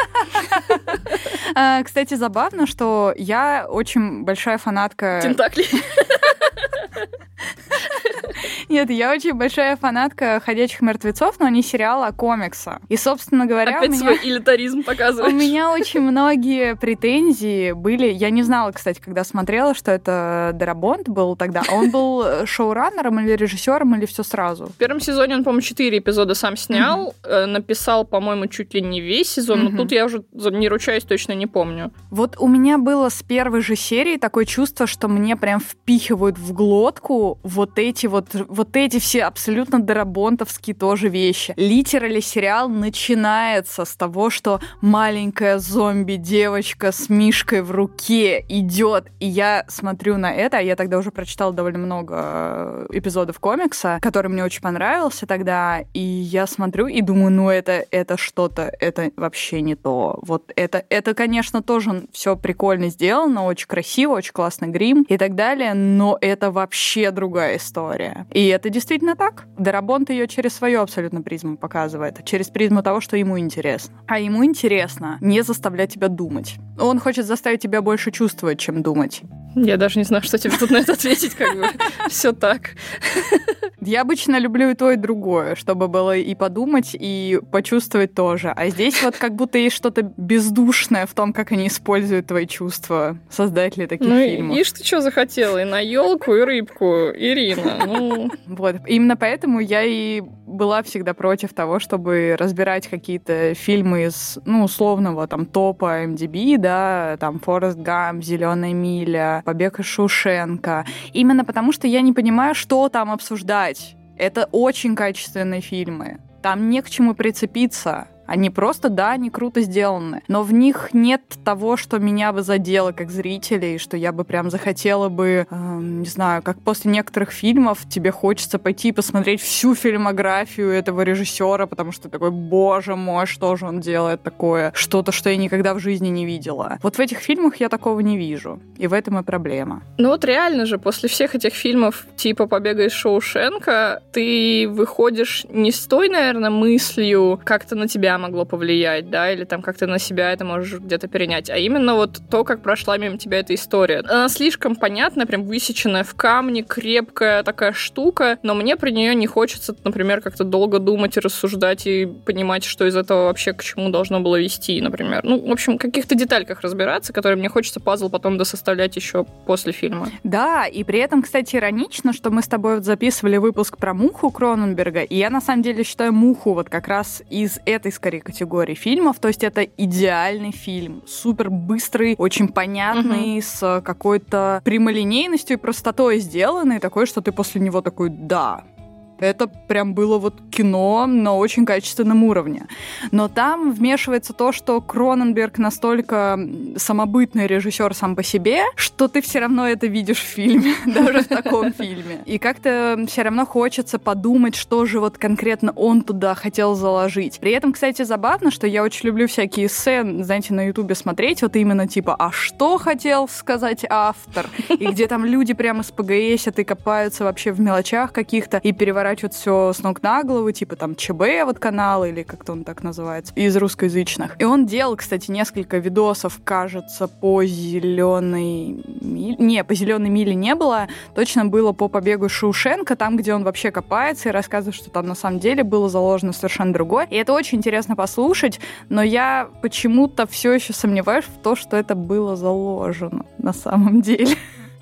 Кстати, забавно, что я очень большая фанатка... Тентаклей. Нет, я очень большая фанатка «Ходячих мертвецов», но не сериала, а комикса. И, собственно говоря, опять у меня... свой элитаризм показываешь. У меня очень многие претензии были. Я не знала, кстати, когда смотрела, что это Дарабонт был тогда. А он был шоураннером или режиссером, или все сразу? В первом сезоне он, по-моему, четыре эпизода сам снял. Mm-hmm. Написал, по-моему, чуть ли не весь сезон. Mm-hmm. Но тут я уже не ручаюсь, точно не помню. Вот у меня было с первой же серии такое чувство, что мне прям впихивают в глотку вот эти вот, вот эти все абсолютно дарабонтовские тоже вещи. Литерали сериал начинается с того, что маленькая зомби-девочка с мишкой в руке идет, и я смотрю на это, а я тогда уже прочитала довольно много эпизодов комикса, который мне очень понравился тогда, и я смотрю и думаю, ну это, это что-то, это вообще не то. Вот это, это, конечно, тоже все прикольно сделано, очень красиво, очень классный грим и так далее, но это вообще другая история. И это действительно так. Дарабонт ее через свою абсолютно призму показывает, через призму того, что ему интересно. А ему интересно не заставлять тебя думать. Он хочет заставить тебя больше чувствовать, чем думать. Я даже не знаю, что тебе тут на это ответить, как бы. Все так. Я обычно люблю и то, и другое, чтобы было и подумать, и почувствовать тоже. А здесь вот как будто есть что-то бездушное в том, как они используют твои чувства, создатели таких ну, фильмов. Ну, ишь ты что захотела? И на елку, и рыбку, Ирина. Ну... Вот. Именно поэтому я и была всегда против того, чтобы разбирать какие-то фильмы из, ну, условного там топа эм ди би, да, там «Форест Гамп», «Зеленая миля», «Побег из Шоушенка». Именно потому, что я не понимаю, что там обсуждать. Это очень качественные фильмы. Там не к чему прицепиться. Они просто, да, они круто сделаны, но в них нет того, что меня бы задело как зрителей, что я бы прям захотела бы, э, не знаю, как после некоторых фильмов тебе хочется пойти и посмотреть всю фильмографию этого режиссера, потому что такой, боже мой, что же он делает такое, что-то, что я никогда в жизни не видела. Вот в этих фильмах я такого не вижу, и в этом и проблема. Ну вот реально же, после всех этих фильмов типа «Побега из Шоушенка» ты выходишь не с той, наверное, мыслью, как-то на тебя тебя могло повлиять, да, или там как ты на себя это можешь где-то перенять, а именно вот то, как прошла мимо тебя эта история. Она слишком понятная, прям высеченная в камне, крепкая такая штука, но мне про нее не хочется, например, как-то долго думать и рассуждать и понимать, что из этого вообще к чему должно было вести, например. Ну, в общем, в каких-то детальках разбираться, которые мне хочется пазл потом досоставлять еще после фильма. Да, и при этом, кстати, иронично, что мы с тобой вот записывали выпуск про «Муху» Кроненберга, и я на самом деле считаю «Муху» вот как раз из этой, скорее, категории фильмов, то есть это идеальный фильм, супер быстрый, очень понятный, угу. с какой-то прямолинейностью и простотой сделанный, такой, что ты после него такой «да». Это прям было вот кино на очень качественном уровне. Но там вмешивается то, что Кроненберг настолько самобытный режиссер сам по себе, что ты все равно это видишь в фильме, даже в таком фильме. И как-то все равно хочется подумать, что же вот конкретно он туда хотел заложить. При этом, кстати, забавно, что я очень люблю всякие эссе, знаете, на Ютубе смотреть, вот именно типа, а что хотел сказать автор? И где там люди прямо спгсят и копаются вообще в мелочах каких-то и переворачивают все с ног на голову, типа там ЧБ вот канал, или как-то он так называется, из русскоязычных. И он делал, кстати, несколько видосов, кажется, по зеленой миле. Не, по зеленой миле не было. Точно было по побегу из Шоушенка, там, где он вообще копается и рассказывает, что там на самом деле было заложено совершенно другое. И это очень интересно послушать, но я почему-то все еще сомневаюсь в том, что это было заложено на самом деле.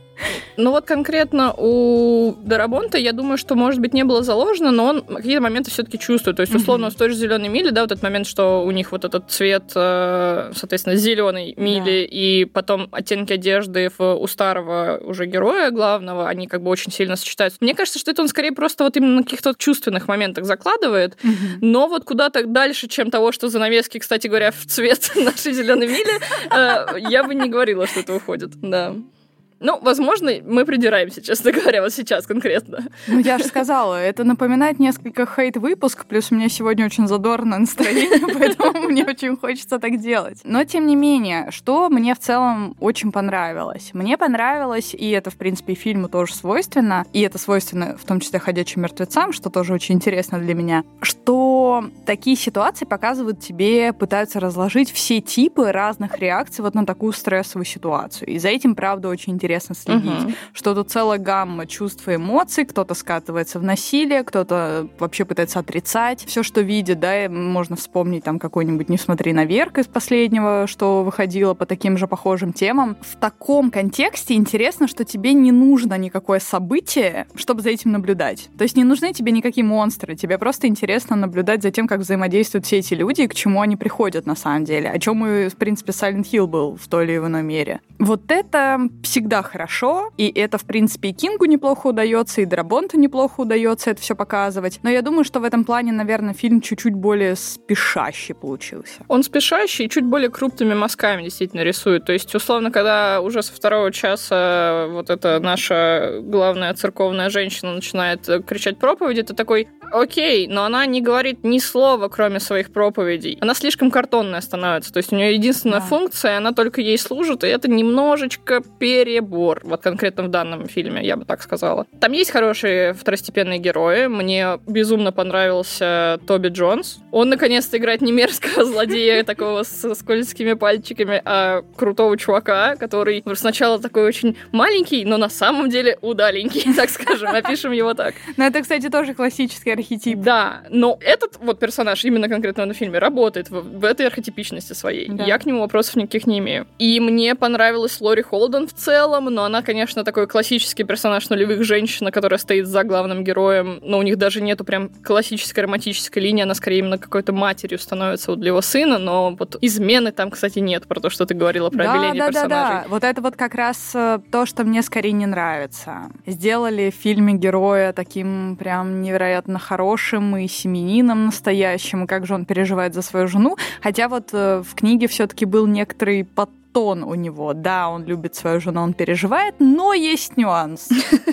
Ну вот конкретно у Дарабонта, я думаю, что, может быть, не было заложено, но он какие-то моменты все-таки чувствует. То есть, условно, mm-hmm. в той же «Зеленой миле», да, вот этот момент, что у них вот этот цвет, соответственно, зеленой мили, yeah. и потом оттенки одежды у старого уже героя главного, они как бы очень сильно сочетаются. Мне кажется, что это он скорее просто вот именно на каких-то чувственных моментах закладывает, mm-hmm. но вот куда-то дальше, чем того, что занавески, кстати говоря, в цвет нашей «Зеленой мили», я бы не говорила, что это уходит, да. Ну, возможно, мы придираемся, честно говоря, вот сейчас конкретно. Ну, я же сказала, это напоминает несколько хейт-выпуск, плюс у меня сегодня очень задорное настроение, поэтому мне очень хочется так делать. Но, тем не менее, что мне в целом очень понравилось? Мне понравилось, и это, в принципе, фильму тоже свойственно, и это свойственно в том числе «Ходячим мертвецам», что тоже очень интересно для меня, что такие ситуации показывают тебе, пытаются разложить все типы разных реакций вот на такую стрессовую ситуацию. И за этим, правда, очень интересно. Интересно следить, uh-huh. что тут целая гамма чувств и эмоций, кто-то скатывается в насилие, кто-то вообще пытается отрицать все, что видит, да, и можно вспомнить там какой-нибудь «Не смотри наверх» из последнего, что выходило по таким же похожим темам. В таком контексте интересно, что тебе не нужно никакое событие, чтобы за этим наблюдать. То есть не нужны тебе никакие монстры, тебе просто интересно наблюдать за тем, как взаимодействуют все эти люди и к чему они приходят на самом деле, о чем и, в принципе, Silent Hill был в той или иной мере. Вот это всегда хорошо, и это, в принципе, и Кингу неплохо удается, и Дарабонту неплохо удается это все показывать. Но я думаю, что в этом плане, наверное, фильм чуть-чуть более спешащий получился. Он спешащий и чуть более крупными мазками действительно рисует. То есть, условно, когда уже со второго часа вот эта наша главная церковная женщина начинает кричать проповеди, ты такой: окей, но она не говорит ни слова, кроме своих проповедей. Она слишком картонная становится. То есть у нее единственная да. функция, она только ей служит, и это немножечко перебор. Вот конкретно в данном фильме, я бы так сказала. Там есть хорошие второстепенные герои. Мне безумно понравился Тоби Джонс. Он, наконец-то, играет не мерзкого злодея, такого со скользкими пальчиками, а крутого чувака, который сначала такой очень маленький, но на самом деле удаленький, так скажем. Опишем его так. Но это, кстати, тоже классический архетип. Да, но этот вот персонаж именно конкретно на фильме работает в, в этой архетипичности своей. Да. Я к нему вопросов никаких не имею. И мне понравилась Лори Холден в целом, но она, конечно, такой классический персонаж нулевых, женщина, которая стоит за главным героем, но у них даже нету прям классической романтической линии, она скорее именно какой-то матерью становится вот для его сына, но вот измены там, кстати, нет, про то, что ты говорила про да, обеление да, персонажей. Да, да, да. Вот это вот как раз то, что мне скорее не нравится. Сделали в фильме героя таким прям невероятно хорошим и семьянином настоящим, и как же он переживает за свою жену, хотя вот в книге все-таки был некоторый подтон тон у него. Да, он любит свою жену, он переживает, но есть нюанс.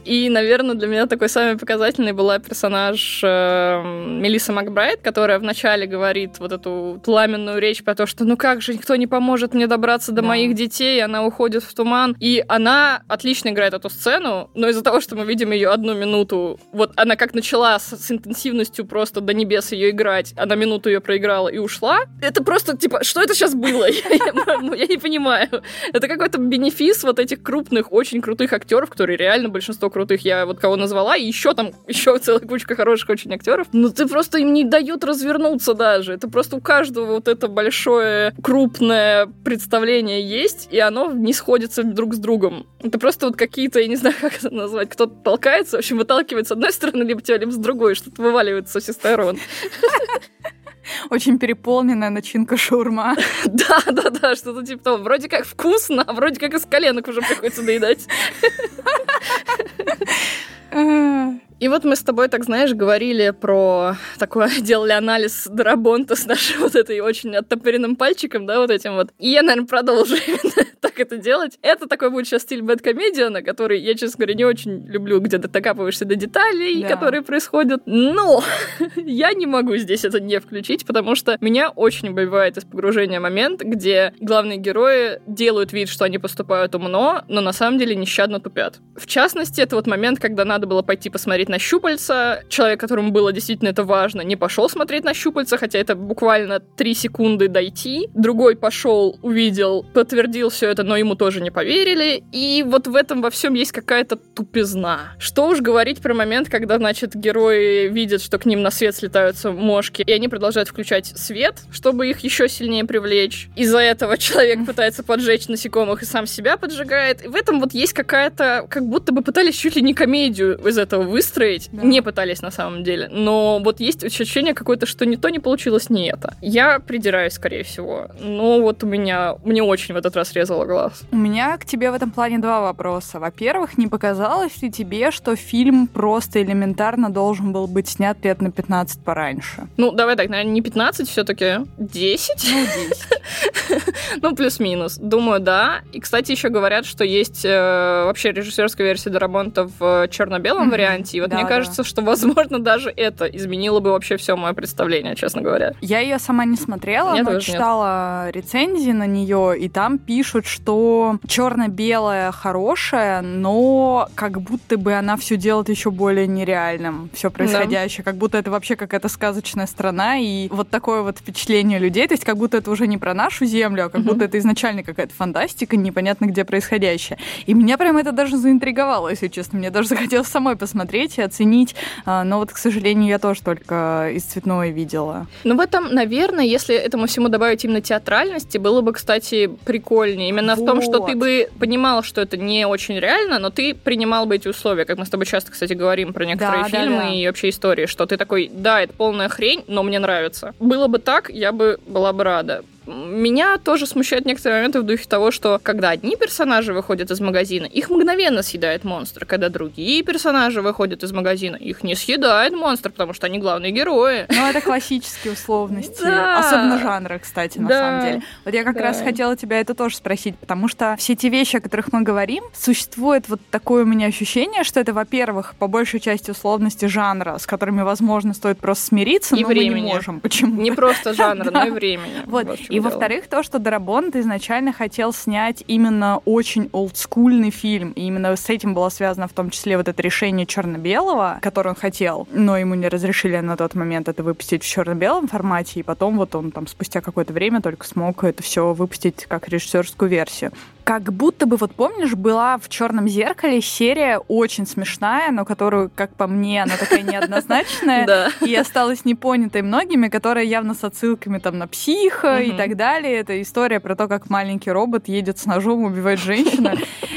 И, наверное, для меня такой самый показательный была персонаж э, Мелисса Макбрайт, которая вначале говорит вот эту пламенную речь про то, что ну как же, никто не поможет мне добраться до да. моих детей, она уходит в туман. И она отлично играет эту сцену, но из-за того, что мы видим ее одну минуту, вот она как начала с, с интенсивностью просто до небес ее играть, она минуту ее проиграла и ушла, это просто, типа, что это сейчас было? Я не понимаю. Это какой-то бенефис вот этих крупных, очень крутых актеров, которые реально большинство крутых я вот кого назвала, и еще там еще целая кучка хороших очень актеров. Но ты просто им не дают развернуться даже. Это просто у каждого вот это большое, крупное представление есть, и оно не сходится друг с другом. Это просто вот какие-то, я не знаю, как это назвать, кто-то толкается, в общем, выталкивается с одной стороны, либо тебя, либо с другой, что-то вываливается со всех сторон. Очень переполненная начинка шаурма. Да, да, да, что-то типа того. Вроде как вкусно, а вроде как из коленок уже приходится доедать. И вот мы с тобой, так знаешь, говорили про такое, делали анализ Дарабонта с нашим вот этой очень оттопыренным пальчиком, да, вот этим вот. И я, наверное, продолжу именно так это делать. Это такой будет сейчас стиль бэдкомедиана, который я, честно говоря, не очень люблю, где ты докапываешься до деталей, да. которые происходят. Но я не могу здесь это не включить, потому что меня очень убивает из погружения момент, где главные герои делают вид, что они поступают умно, но на самом деле нещадно тупят. В частности, это вот момент, когда надо было пойти посмотреть на щупальца. Человек, которому было действительно это важно, не пошел смотреть на щупальца, хотя это буквально три секунды дойти. Другой пошел, увидел, подтвердил все это, но ему тоже не поверили. И вот в этом во всем есть какая-то тупизна. Что уж говорить про момент, когда, значит, герои видят, что к ним на свет слетаются мошки, и они продолжают включать свет, чтобы их еще сильнее привлечь. Из-за этого человек пытается поджечь насекомых и сам себя поджигает. И в этом вот есть какая-то, как будто бы пытались чуть ли не комедию из этого выстроить. Да. Не пытались на самом деле. Но вот есть ощущение какое-то, что ни то не получилось, ни это. Я придираюсь, скорее всего. Но вот у меня... Мне очень в этот раз резало глаз. У меня к тебе в этом плане два вопроса. Во-первых, не показалось ли тебе, что фильм просто элементарно должен был быть снят лет на пятнадцать пораньше? Ну, давай так, наверное, не пятнадцать все-таки. десять? Ну, десять. Ну, плюс-минус. Думаю, да. И, кстати, еще говорят, что есть э, вообще режиссерская версия Дарабонта в черно-белом mm-hmm. варианте. И вот да, мне кажется, да. что, возможно, даже это изменило бы вообще все мое представление, честно говоря. Я ее сама не смотрела, Мне но читала нет. рецензии на нее, и там пишут, что черно-белая хорошая, но как будто бы она все делает еще более нереальным, все происходящее, да. как будто это вообще какая-то сказочная страна, и вот такое вот впечатление людей, то есть как будто это уже не про нашу землю, а как угу. будто это изначально какая-то фантастика, непонятно где происходящая. И меня прям это даже заинтриговало, если честно, мне даже захотелось самой посмотреть и оценить, но вот, к сожалению, я тоже только из цветной видела. Ну, в этом, наверное, если этому всему добавить именно театральности, было бы, кстати, прикольнее. Именно вот. В том, что ты бы понимал, что это не очень реально, но ты принимал бы эти условия, как мы с тобой часто, кстати, говорим про некоторые да, фильмы да, да. и вообще истории, что ты такой, да, это полная хрень, но мне нравится. Было бы так, я бы была бы рада. Меня тоже смущают некоторые моменты в духе того, что когда одни персонажи выходят из магазина, их мгновенно съедает монстр. Когда другие персонажи выходят из магазина, их не съедает монстр, потому что они главные герои. Ну, это классические условности. Да. Особенно жанра, кстати, на да. самом деле. Вот я как да. раз хотела тебя это тоже спросить, потому что все те вещи, о которых мы говорим, существует вот такое у меня ощущение, что это, во-первых, по большей части условности жанра, с которыми, возможно, стоит просто смириться, и но времени. мы не можем. Почему? Не просто жанра, но и времени. Вот. И во-вторых, то, что Дарабонт изначально хотел снять именно очень олдскульный фильм, и именно с этим было связано в том числе вот это решение черно-белого, которое он хотел, но ему не разрешили на тот момент это выпустить в черно-белом формате, и потом вот он там спустя какое-то время только смог это все выпустить как режиссерскую версию. Как будто бы, вот помнишь, была в «Черном зеркале» серия очень смешная, но которую, как по мне, она такая неоднозначная, и осталась непонятой многими, которая явно с отсылками там на «Психо» и так далее. Это история про то, как маленький робот едет с ножом, убивает женщину.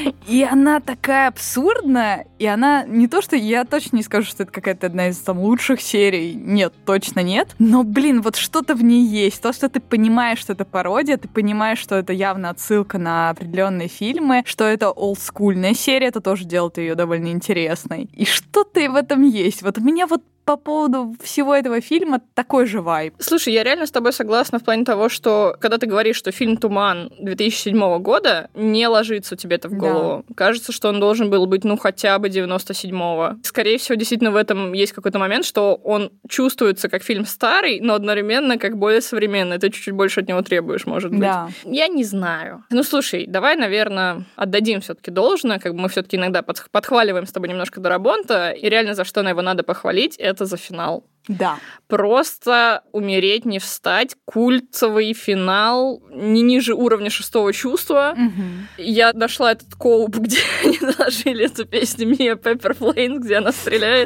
И она такая абсурдная, и она не то, что я точно не скажу, что это какая-то одна из там лучших серий. Нет, точно нет. Но, блин, вот что-то в ней есть. То, что ты понимаешь, что это пародия, ты понимаешь, что это явно отсылка на определенные фильмы, что это олдскульная серия, это тоже делает ее довольно интересной. И что-то в этом есть. Вот у меня вот по поводу всего этого фильма такой же вайб. Слушай, я реально с тобой согласна в плане того, что когда ты говоришь, что фильм «Туман» две тысячи седьмого года, не ложится тебе это в голову. Да. Кажется, что он должен был быть, ну, хотя бы девяносто седьмого. Скорее всего, действительно, в этом есть какой-то момент, что он чувствуется как фильм старый, но одновременно как более современный. Ты чуть-чуть больше от него требуешь, может быть. Да. Я не знаю. Ну, слушай, давай, наверное, отдадим все-таки должное. Как бы мы все-таки иногда подхваливаем с тобой немножко Дарабонта, и реально за что на его надо похвалить, это за финал. Да. Просто умереть, не встать. Культовый финал не ниже уровня шестого чувства. Угу. Я нашла этот коуп, где они наложили эту песню Mia Pepper Planes, где она стреляет.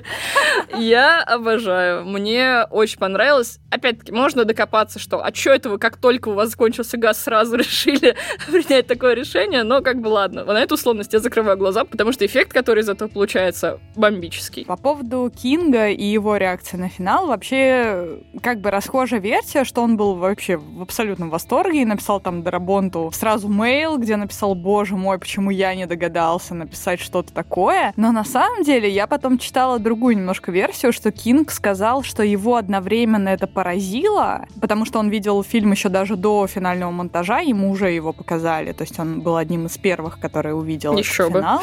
Я обожаю. Мне очень понравилось. Опять-таки, можно докопаться, что а чё это вы, как только у вас закончился газ, сразу решили принять такое решение? Но как бы ладно. На эту условность я закрываю глаза, потому что эффект, который из этого получается, бомбический. По поводу Кинга и его реакции на финал, вообще, как бы расхожая версия, что он был вообще в абсолютном восторге и написал там Дарабонту сразу мейл, где написал: боже мой, почему я не догадался написать что-то такое. Но на самом деле я потом читала другую немножко версию, что Кинг сказал, что его одновременно это поразило, потому что он видел фильм еще даже до финального монтажа, ему уже его показали, то есть он был одним из первых, который увидел еще этот финал.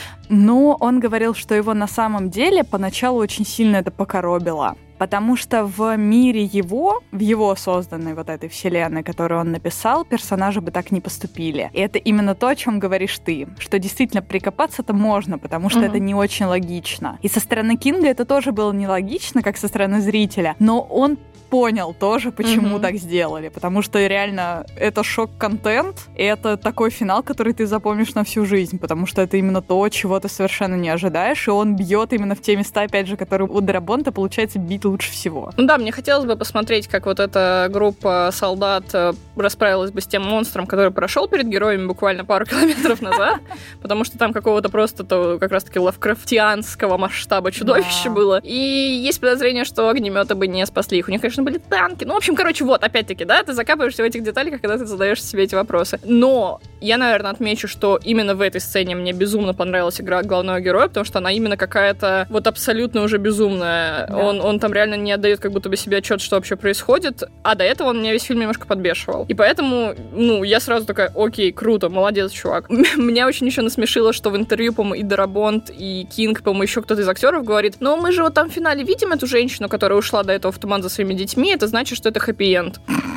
Но он говорил, что его на самом деле поначалу очень сильно это покоробило. Потому что в мире его, в его созданной вот этой вселенной, которую он написал, персонажи бы так не поступили. И это именно то, о чем говоришь ты, что действительно прикопаться-то можно, потому что угу. это не очень логично. И со стороны Кинга это тоже было нелогично, как со стороны зрителя, но он понял тоже, почему mm-hmm. так сделали. Потому что реально это шок-контент, и это такой финал, который ты запомнишь на всю жизнь, потому что это именно то, чего ты совершенно не ожидаешь, и он бьет именно в те места, опять же, которые у Дарабонта получается бить лучше всего. Ну да, мне хотелось бы посмотреть, как вот эта группа солдат расправилась бы с тем монстром, который прошел перед героями буквально пару километров назад, потому что там какого-то просто как раз-таки лавкрафтианского масштаба чудовища было. И есть подозрение, что огнеметы бы не спасли их. У них, конечно, были танки. Ну, в общем, короче, вот, опять-таки, да, ты закапываешься в этих деталях, когда ты задаешь себе эти вопросы. Но я, наверное, отмечу, что именно в этой сцене мне безумно понравилась игра главного героя, потому что она именно какая-то вот абсолютно уже безумная. Да. Он, он там реально не отдает как будто бы себе отчет, что вообще происходит, а до этого он меня весь фильм немножко подбешивал. И поэтому, ну, я сразу такая: окей, круто, молодец, чувак. Меня очень еще насмешило, что в интервью, по-моему, и Дарабонт, и Кинг, по-моему, еще кто-то из актеров говорит: ну, мы же вот там в финале видим эту женщину, которая ушла до этого в туман за своими детьми, это значит, что это хэппи-энд.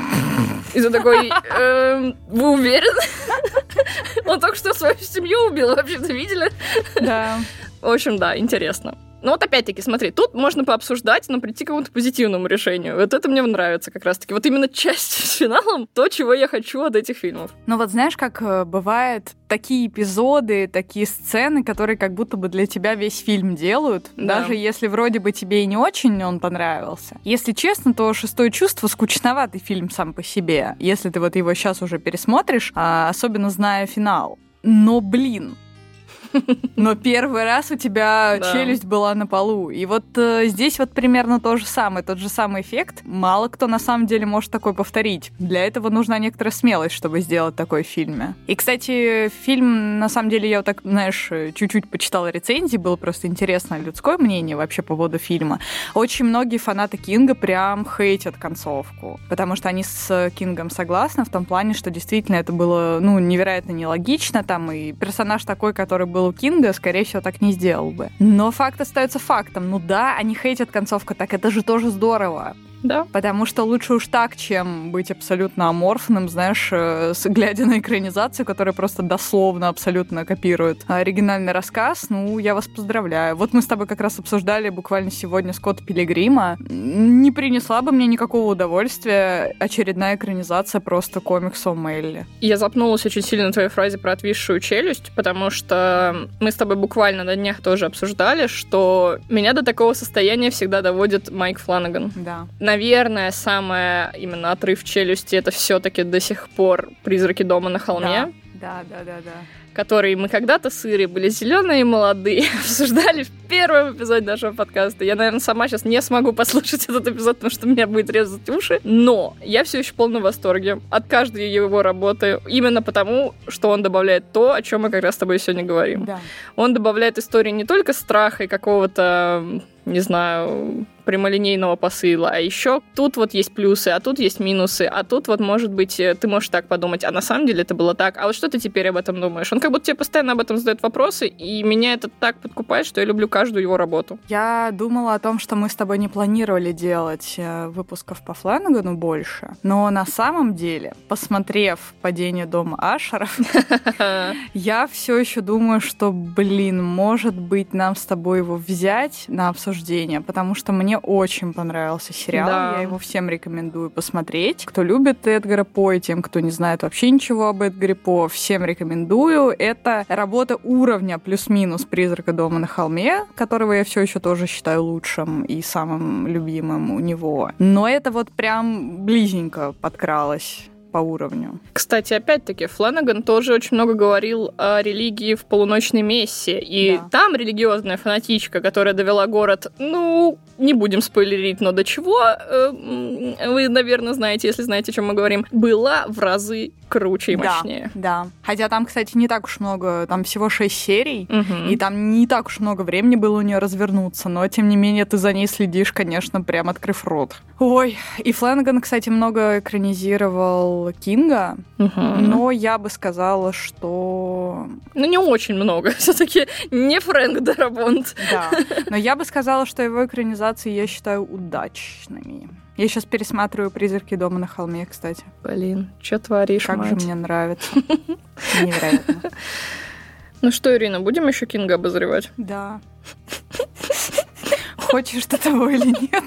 И ты такой: эм, вы уверены? Он только что свою семью убил, вообще-то видели? Да. В общем, да, интересно. Ну вот опять-таки, смотри, тут можно пообсуждать, но прийти к какому-то позитивному решению. Вот это мне нравится как раз-таки. Вот именно часть с финалом, то, чего я хочу от этих фильмов. Ну вот знаешь, как бывает такие эпизоды, такие сцены, которые как будто бы для тебя весь фильм делают, да. Даже если вроде бы тебе и не очень он понравился. Если честно, то «Шестое чувство» скучноватый фильм сам по себе, если ты вот его сейчас уже пересмотришь, особенно зная финал. Но, блин, но первый раз у тебя да. челюсть была на полу. И вот э, здесь вот примерно то же самое, тот же самый эффект. Мало кто на самом деле может такой повторить. Для этого нужна некоторая смелость, чтобы сделать такой в фильме. И, кстати, фильм, на самом деле, я вот так, знаешь, чуть-чуть почитала рецензии, было просто интересно людское мнение вообще по поводу фильма. Очень многие фанаты Кинга прям хейтят концовку, потому что они с Кингом согласны в том плане, что действительно это было, ну, невероятно нелогично, там и персонаж такой, который был у Кинга, скорее всего, так не сделал бы. Но факт остается фактом. Ну да, они хейтят концовку, так это же тоже здорово. Да. Потому что лучше уж так, чем быть абсолютно аморфным, знаешь, глядя на экранизацию, которая просто дословно абсолютно копирует оригинальный рассказ. Ну, я вас поздравляю. Вот мы с тобой как раз обсуждали буквально сегодня «Скотта Пилигрима». Не принесла бы мне никакого удовольствия очередная экранизация просто комикса о Мелли. Я запнулась очень сильно на твоей фразе про отвисшую челюсть, потому что мы с тобой буквально на днях тоже обсуждали, что меня до такого состояния всегда доводит Майк Фланаган. Да. Наверное, самое именно отрыв челюсти — это все-таки до сих пор «Призраки дома на холме». Да, да, да, да. Которые мы когда-то с Ирой были зеленые и молодые, обсуждали в первом эпизоде нашего подкаста. Я, наверное, сама сейчас не смогу послушать этот эпизод, потому что меня будет резать уши. Но я все еще в полном восторге от каждой его работы, именно потому, что он добавляет то, о чем мы как раз с тобой сегодня говорим. Да. Он добавляет истории не только страха и какого-то, не знаю, прямолинейного посыла, а еще тут вот есть плюсы, а тут есть минусы, а тут вот, может быть, ты можешь так подумать, а на самом деле это было так, а вот что ты теперь об этом думаешь? Он как будто тебе постоянно об этом задает вопросы, и меня это так подкупает, что я люблю каждую его работу. Я думала о том, что мы с тобой не планировали делать выпусков по Фланагану больше, но на самом деле, посмотрев «Падение дома Ашеров», я все еще думаю, что, блин, может быть, нам с тобой его взять на обсуждение, потому что мне очень понравился сериал, Да. я его всем рекомендую посмотреть. Кто любит Эдгара По и тем, кто не знает вообще ничего об Эдгаре По, всем рекомендую. Это работа уровня плюс-минус «Призрака дома на холме», которого я все еще тоже считаю лучшим и самым любимым у него. Но это вот прям близенько подкралось по уровню. Кстати, опять-таки, Фланаган тоже очень много говорил о религии в «Полуночной мессе». И Да. там религиозная фанатичка, которая довела город, ну, не будем спойлерить, но до чего, э, вы, наверное, знаете, если знаете, о чем мы говорим, была в разы круче и мощнее. Да, да. Хотя там, кстати, не так уж много, там всего шесть серий, Мгм. и там не так уж много времени было у нее развернуться, но, тем не менее, ты за ней следишь, конечно, прям открыв рот. Ой, и Фланаган, кстати, много экранизировал Кинга, Мгм. но я бы сказала, что... Ну, не очень много. Все-таки не Фрэнк Дарабонт. Да, но я бы сказала, что его экранизации я считаю удачными. Я сейчас пересматриваю «Призраки дома на холме», кстати. Блин, что творишь, Как мать? же мне нравится. Невероятно. Ну что, Ирина, будем еще Кинга обозревать? Да. Хочешь ты того или нет?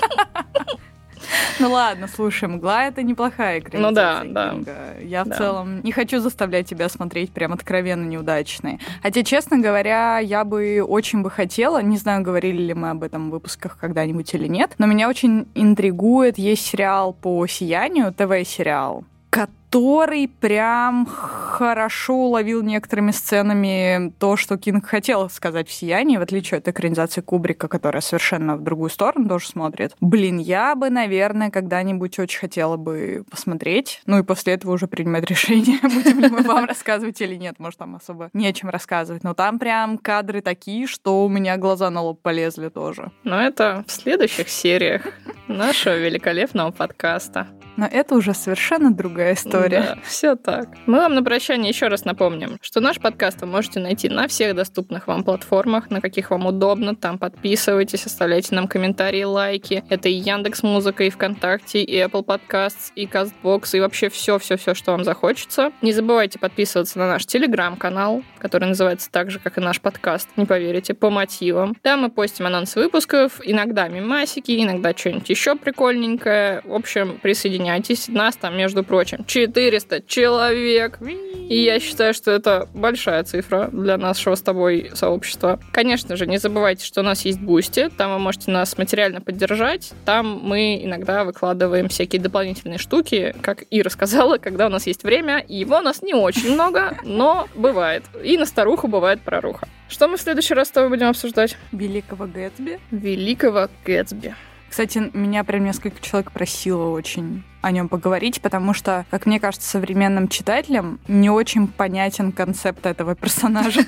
Ну ладно, слушай, «Мгла» — это неплохая экранизация Ну да, да. Кинга. Я в Да. целом не хочу заставлять тебя смотреть прям откровенно неудачные. Хотя, честно говоря, я бы очень бы хотела, не знаю, говорили ли мы об этом в выпусках когда-нибудь или нет, но меня очень интригует, есть сериал по «Сиянию», ТВ-сериал, который прям хорошо уловил некоторыми сценами то, что Кинг хотел сказать в «Сиянии», в отличие от экранизации Кубрика, которая совершенно в другую сторону тоже смотрит. Блин, я бы, наверное, когда-нибудь очень хотела бы посмотреть, ну и после этого уже принимать решение, будем ли мы вам рассказывать или нет. Может, там особо не о чем рассказывать. Но там прям кадры такие, что у меня глаза на лоб полезли тоже. Но это в следующих сериях нашего великолепного подкаста. Но это уже совершенно другая история. Да, все так. Мы вам на прощание еще раз напомним, что наш подкаст вы можете найти на всех доступных вам платформах, на каких вам удобно. Там подписывайтесь, оставляйте нам комментарии, лайки. Это и Яндекс.Музыка, и ВКонтакте, и Apple Podcasts, и Castbox, и вообще все-все-все, что вам захочется. Не забывайте подписываться на наш Телеграм-канал, который называется так же, как и наш подкаст, не поверите, по мотивам. Там мы постим анонсы выпусков, иногда мемасики, иногда что-нибудь еще прикольненькое. В общем, присоединяйтесь. Нас там, между прочим, четыреста человек. И я считаю, что это большая цифра для нашего с тобой сообщества. Конечно же, не забывайте, что у нас есть Бусти. Там вы можете нас материально поддержать. Там мы иногда выкладываем всякие дополнительные штуки, как Ира сказала, когда у нас есть время. Его у нас не очень много, но бывает. И на старуху бывает проруха. Что мы в следующий раз с тобой будем обсуждать? Великого Гэтсби. Великого Гэтсби. Кстати, меня прям несколько человек просило очень о нем поговорить, потому что, как мне кажется, современным читателям не очень понятен концепт этого персонажа.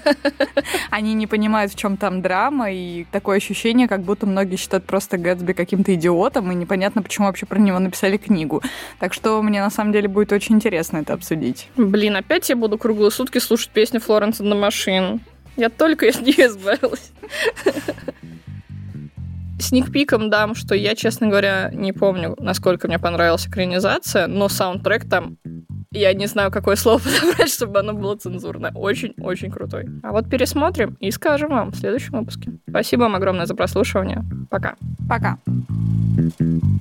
Они не понимают, в чем там драма, и такое ощущение, как будто многие считают просто Гэтсби каким-то идиотом, и непонятно, почему вообще про него написали книгу. Так что мне на самом деле будет очень интересно это обсудить. Блин, опять я буду круглые сутки слушать песню Florence and the Machine. Я только от нее избавилась. Сникпиком дам, что я, честно говоря, не помню, насколько мне понравилась экранизация, но саундтрек там, я не знаю, какое слово подобрать, чтобы оно было цензурное. Очень-очень крутой. А вот пересмотрим и скажем вам в следующем выпуске. Спасибо вам огромное за прослушивание. Пока. Пока.